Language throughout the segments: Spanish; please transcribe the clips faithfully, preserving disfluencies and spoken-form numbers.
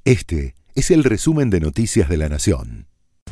Este es el resumen de Noticias de la Nación.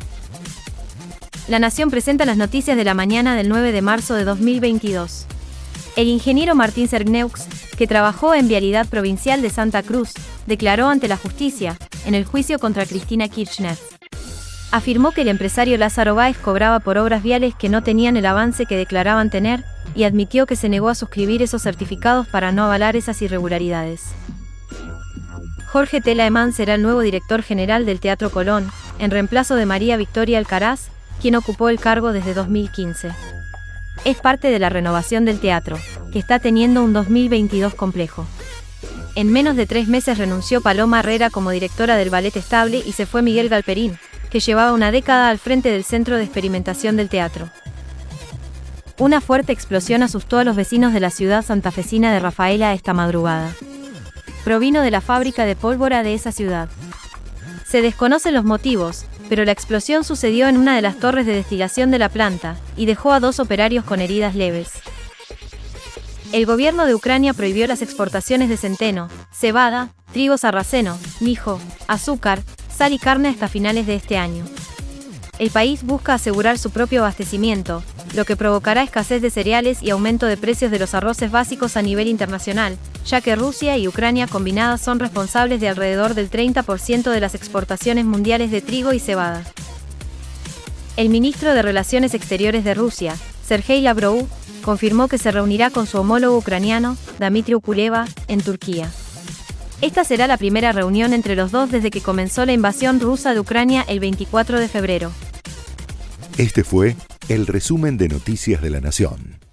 La Nación presenta las noticias de la mañana del nueve de marzo de dos mil veintidós. El ingeniero Martín Cerneux, que trabajó en Vialidad Provincial de Santa Cruz, declaró ante la justicia, en el juicio contra Cristina Kirchner. Afirmó que el empresario Lázaro Báez cobraba por obras viales que no tenían el avance que declaraban tener, y admitió que se negó a suscribir esos certificados para no avalar esas irregularidades. Jorge Telaemán será el nuevo director general del Teatro Colón, en reemplazo de María Victoria Alcaraz, quien ocupó el cargo desde dos mil quince. Es parte de la renovación del teatro, que está teniendo un dos mil veintidós complejo. En menos de tres meses renunció Paloma Herrera como directora del Ballet Estable y se fue Miguel Galperín, que llevaba una década al frente del Centro de Experimentación del Teatro. Una fuerte explosión asustó a los vecinos de la ciudad santafesina de Rafaela esta madrugada. Provino de la fábrica de pólvora de esa ciudad. Se desconocen los motivos, pero la explosión sucedió en una de las torres de destilación de la planta, y dejó a dos operarios con heridas leves. El gobierno de Ucrania prohibió las exportaciones de centeno, cebada, trigo sarraceno, mijo, azúcar, sal y carne hasta finales de este año. El país busca asegurar su propio abastecimiento, lo que provocará escasez de cereales y aumento de precios de los arroces básicos a nivel internacional, ya que Rusia y Ucrania combinadas son responsables de alrededor del treinta por ciento de las exportaciones mundiales de trigo y cebada. El ministro de Relaciones Exteriores de Rusia, Sergei Lavrov, confirmó que se reunirá con su homólogo ucraniano, Dmytro Kuleba, en Turquía. Esta será la primera reunión entre los dos desde que comenzó la invasión rusa de Ucrania el veinticuatro de febrero. Este fue el resumen de Noticias de la Nación.